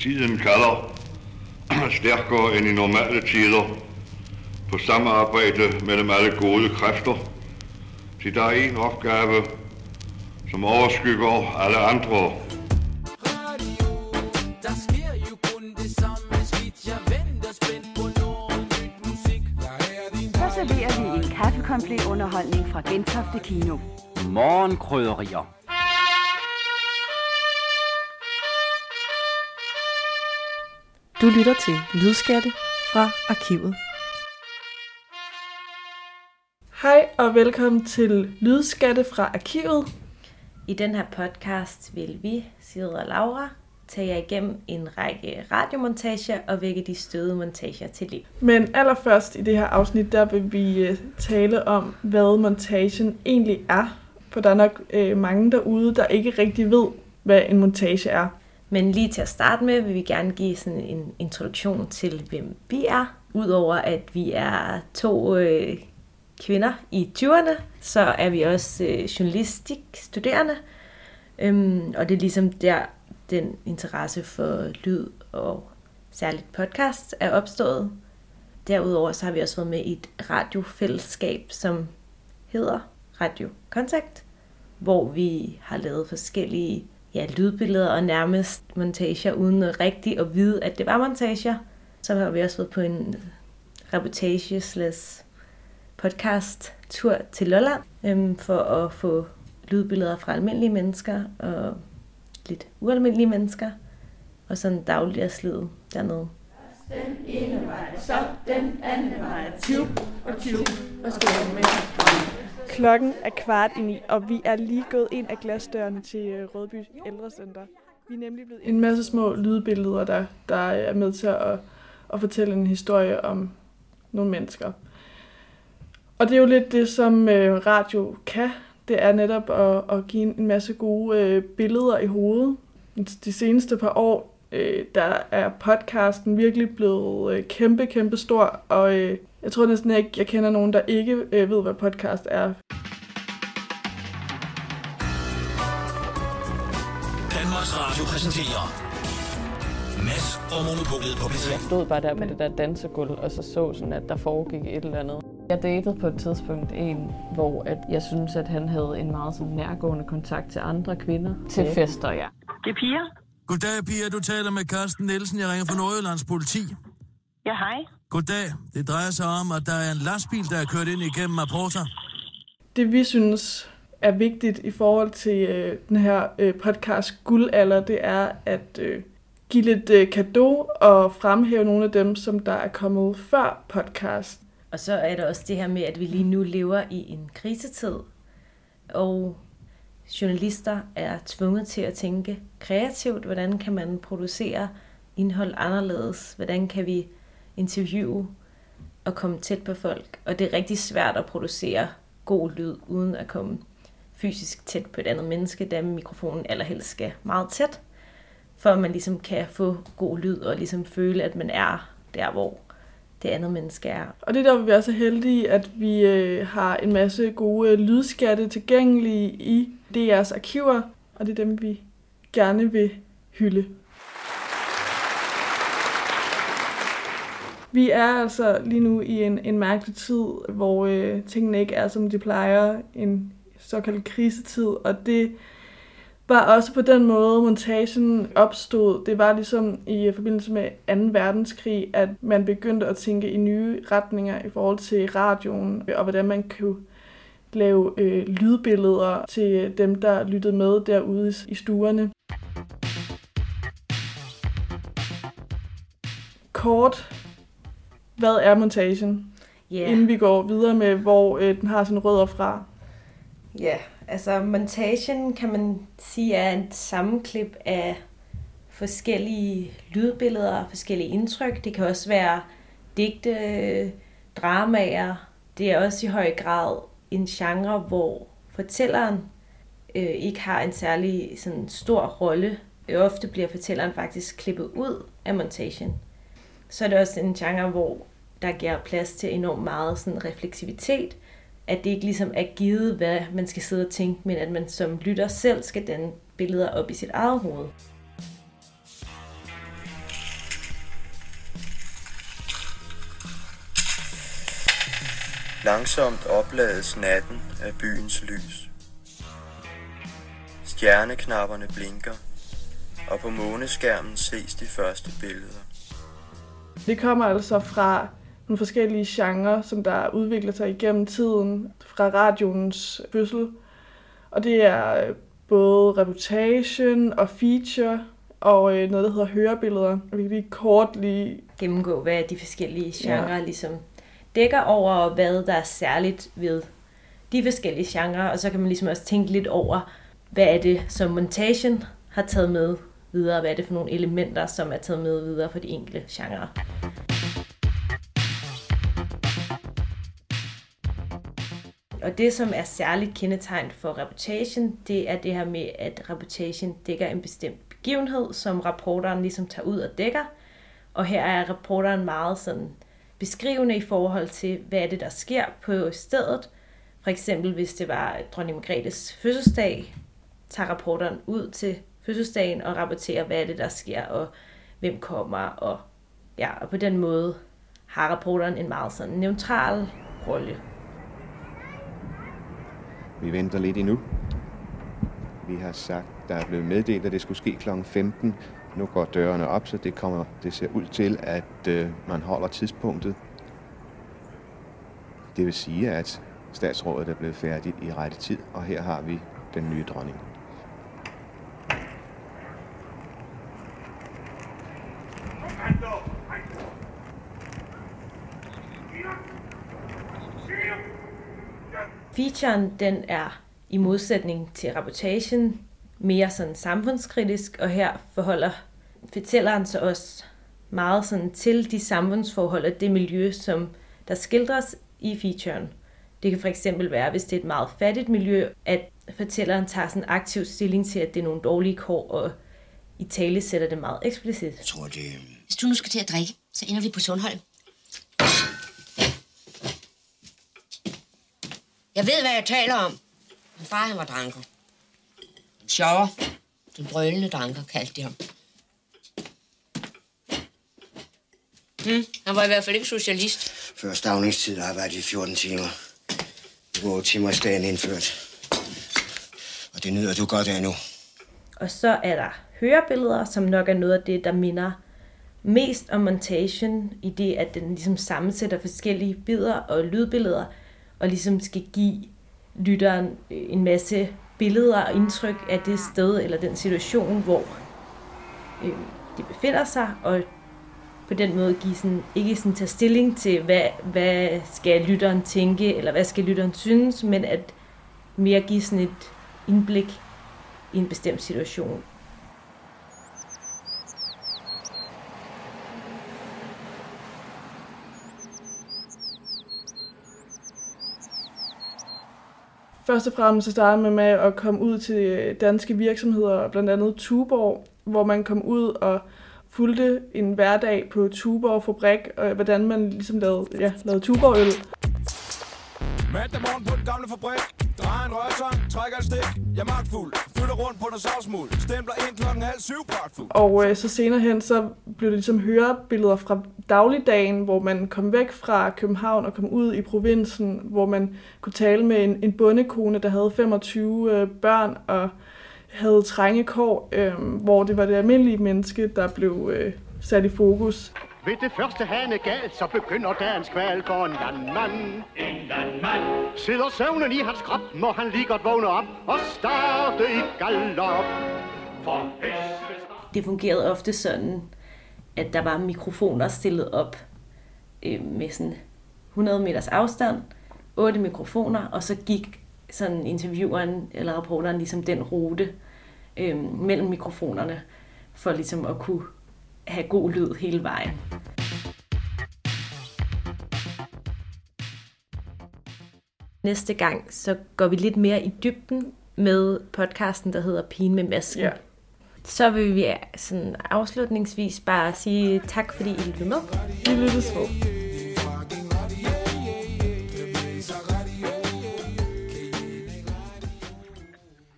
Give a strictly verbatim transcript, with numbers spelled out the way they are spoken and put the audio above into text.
Tiden kalder stærkere end i normale tider på samarbejde mellem alle gode kræfter. Til der er en opgave, som overskygger alle andre. Så serverer vi en kaffekomplet underholdning fra Gentofte Kino. Morgenkrydderier. Du lytter til Lydskatte fra Arkivet. Hej og velkommen til Lydskatte fra Arkivet. I den her podcast vil vi, Sigrid og Laura, tage jer igennem en række radiomontager og vække de støde montager til liv. Men allerførst i det her afsnit, der vil vi tale om, hvad montagen egentlig er. For der er nok øh, mange derude, der ikke rigtig ved, hvad en montage er. Men lige til at starte med, vil vi gerne give sådan en introduktion til, hvem vi er. Udover at vi er to øh, kvinder i tyverne, så er vi også øh, journalistikstuderende. Øhm, og det er ligesom der, den interesse for lyd og særligt podcast er opstået. Derudover så har vi også været med i et radiofællesskab, som hedder Radio Kontakt, hvor vi har lavet forskellige ja, lydbilleder og nærmest montager, uden rigtig at vide, at det var montager. Så har vi også været på en reportage slash podcast tur til Lolland, øhm, for at få lydbilleder fra almindelige mennesker og lidt ualmindelige mennesker, og sådan dagligdagslivet dernede. Den ene vej, så den anden vej, tyv og tyv og skål med. Klokken er kvart i ni, og vi er lige gået ind af glasdørene til Rødby Ældrecenter. Vi er nemlig blevet en masse små lydbilleder, der, der er med til at, at fortælle en historie om nogle mennesker. Og det er jo lidt det, som radio kan. Det er netop at, at give en masse gode øh, billeder i hovedet. De seneste par år, øh, der er podcasten virkelig blevet øh, kæmpe, kæmpe stor. Og øh, jeg tror næsten ikke, jeg kender nogen, der ikke øh, ved, hvad podcast er. Danmarks Radio præsenterer Mads og Monopolet på P tre. Jeg stod bare der på det der dansegulv, og så så sådan, at der foregik et eller andet. Jeg datede på et tidspunkt en, hvor at jeg synes, at han havde en meget sådan nærgående kontakt til andre kvinder. Til fester, ja. Det er Pia. Goddag, Pia. Du taler med Carsten Nielsen. Jeg ringer fra Nordjyllands politi. Ja, hej. Goddag. Det drejer sig om, at der er en lastbil, der er kørt ind igennem Apporter. Det vi synes er vigtigt i forhold til øh, den her øh, podcast guldalder, det er at øh, give lidt øh, cadeau og fremhæve nogle af dem, som der er kommet før podcast. Og så er der også det her med, at vi lige nu lever i en krisetid, og journalister er tvunget til at tænke kreativt. Hvordan kan man producere indhold anderledes? Hvordan kan vi interviewe og komme tæt på folk? Og det er rigtig svært at producere god lyd, uden at komme fysisk tæt på et andet menneske, da mikrofonen allerhelst skal meget tæt, for at man ligesom kan få god lyd og ligesom føle, at man er der, hvor det andet menneske er. Og det er der, vi er så heldige, at vi øh, har en masse gode lydskatte tilgængelige i D R's arkiver, og det er dem, vi gerne vil hylde. Vi er altså lige nu i en, en mærkelig tid, hvor øh, tingene ikke er, som de plejer, en såkaldt krisetid, og det var også på den måde, montagen opstod. Det var ligesom i forbindelse med anden verdenskrig, at man begyndte at tænke i nye retninger i forhold til radioen, og hvordan man kunne lave øh, lydbilleder til dem, der lyttede med derude i stuerne. Kort, hvad er montagen? Yeah. Inden vi går videre med, hvor øh, den har sine rødder fra. Ja, yeah. Altså montagen kan man sige er en sammenklip af forskellige lydbilleder, forskellige indtryk. Det kan også være digte, dramaer. Det er også i høj grad en genre, hvor fortælleren øh, ikke har en særlig sådan, stor rolle. Ofte bliver fortælleren faktisk klippet ud af montagen. Så er det også en genre, hvor der giver plads til enormt meget sådan, refleksivitet. At det ikke ligesom er givet, hvad man skal sidde og tænke, men at man som lytter selv skal danne billeder op i sit eget hoved. Langsomt oplades natten af byens lys. Stjerneknapperne blinker, og på måneskærmen ses de første billeder. Det kommer altså fra nogle forskellige genrer, som der udvikler sig igennem tiden, fra radioens fødsel. Og det er både reportation og feature, og noget, der hedder hørebilleder. Og vi kan lige kort lige gennemgå, hvad de forskellige genrer ja. ligesom dækker over, og hvad der er særligt ved de forskellige genrer. Og så kan man ligesom også tænke lidt over, hvad er det, som montation har taget med videre, hvad er det for nogle elementer, som er taget med videre for de enkelte genrer. Og det, som er særligt kendetegn for reportation, det er det her med, at reportation dækker en bestemt begivenhed, som rapporteren ligesom tager ud og dækker. Og her er rapporteren meget sådan beskrivende i forhold til, hvad er det, der sker på stedet. For eksempel, hvis det var dronning Margrethes fødselsdag, tager rapporteren ud til fødselsdagen og rapporterer, hvad er det, der sker, og hvem kommer. Og, ja, og på den måde har rapporteren en meget sådan neutral rolle. Vi venter lidt endnu. Vi har sagt, der er blevet meddelt, at det skulle ske klokken femten. Nu går dørene op, så det, kommer, det ser ud til, at øh, man holder tidspunktet. Det vil sige, at statsrådet er blevet færdigt i rette tid, og her har vi den nye dronning. Featuren, den er i modsætning til reportagen mere sådan samfundskritisk, og her forholder fortælleren sig også meget sådan til de samfundsforhold og det miljø, som der skildres i featuren. Det kan for eksempel være, hvis det er et meget fattigt miljø, at fortælleren tager sådan aktiv stilling til, at det er nogle dårlige kår, og i tale sætter det meget eksplicit. Jeg tror det. Hvis du nu skal til at drikke, så ender vi på Sundholm. Jeg ved, hvad jeg taler om. Min far, han var dranker. En sjovere. Den brølende dranker, kaldte de ham. Hmm, han var i hvert fald ikke socialist. Før stavningstid arbejdede i fjorten timer. Du otte timers dagen indført. Og det nyder du godt af nu. Og så er der hørebilleder, som nok er noget af det, der minder mest om montation, i det, at den ligesom sammensætter forskellige bidder og lydbilleder, og ligesom skal give lytteren en masse billeder og indtryk af det sted eller den situation, hvor øh, de befinder sig, og på den måde give sådan, ikke sådan tage stilling til, hvad, hvad skal lytteren tænke, eller hvad skal lytteren synes, men at mere give sådan et indblik i en bestemt situation. Først og fremmest så startede man med at komme ud til danske virksomheder, blandt andet Tuborg, hvor man kom ud og fulgte en hverdag på Tuborg Fabrik, og hvordan man ligesom lavede, ja, lavede Tuborg-øl. Mandag morgen på den gamle fabrik. Drejer en rørtang, trækker et stik. Jeg er magtfuld, flytter rundt på den sovsmuld. Stempler ind klokken halv syv pragtfuld. Og øh, så senere hen, så blev det ligesom hørebilleder fra dagligdagen, hvor man kom væk fra København og kom ud i provinsen, hvor man kunne tale med en, en bondekone, der havde femogtyve øh, børn og havde trænge kår, øh, hvor det var det almindelige menneske, der blev øh, sat i fokus. Ved det første hane galt, så begynder dagens kval for en landmand. En landmand. Sidder søvnen i hans krop, må han lige godt vågne op og starte i galop. For det fungerede ofte sådan, at der var mikrofoner stillet op øh, med sådan hundrede meters afstand, otte mikrofoner, og så gik sådan intervieweren eller rapporteren ligesom den rute øh, mellem mikrofonerne, for ligesom at kunne have god lyd hele vejen. Næste gang så går vi lidt mere i dybden med podcasten, der hedder Pigen med masken. Ja. Så vil vi sådan afslutningsvis bare sige tak, fordi I lyttede med. Vi lyttes med.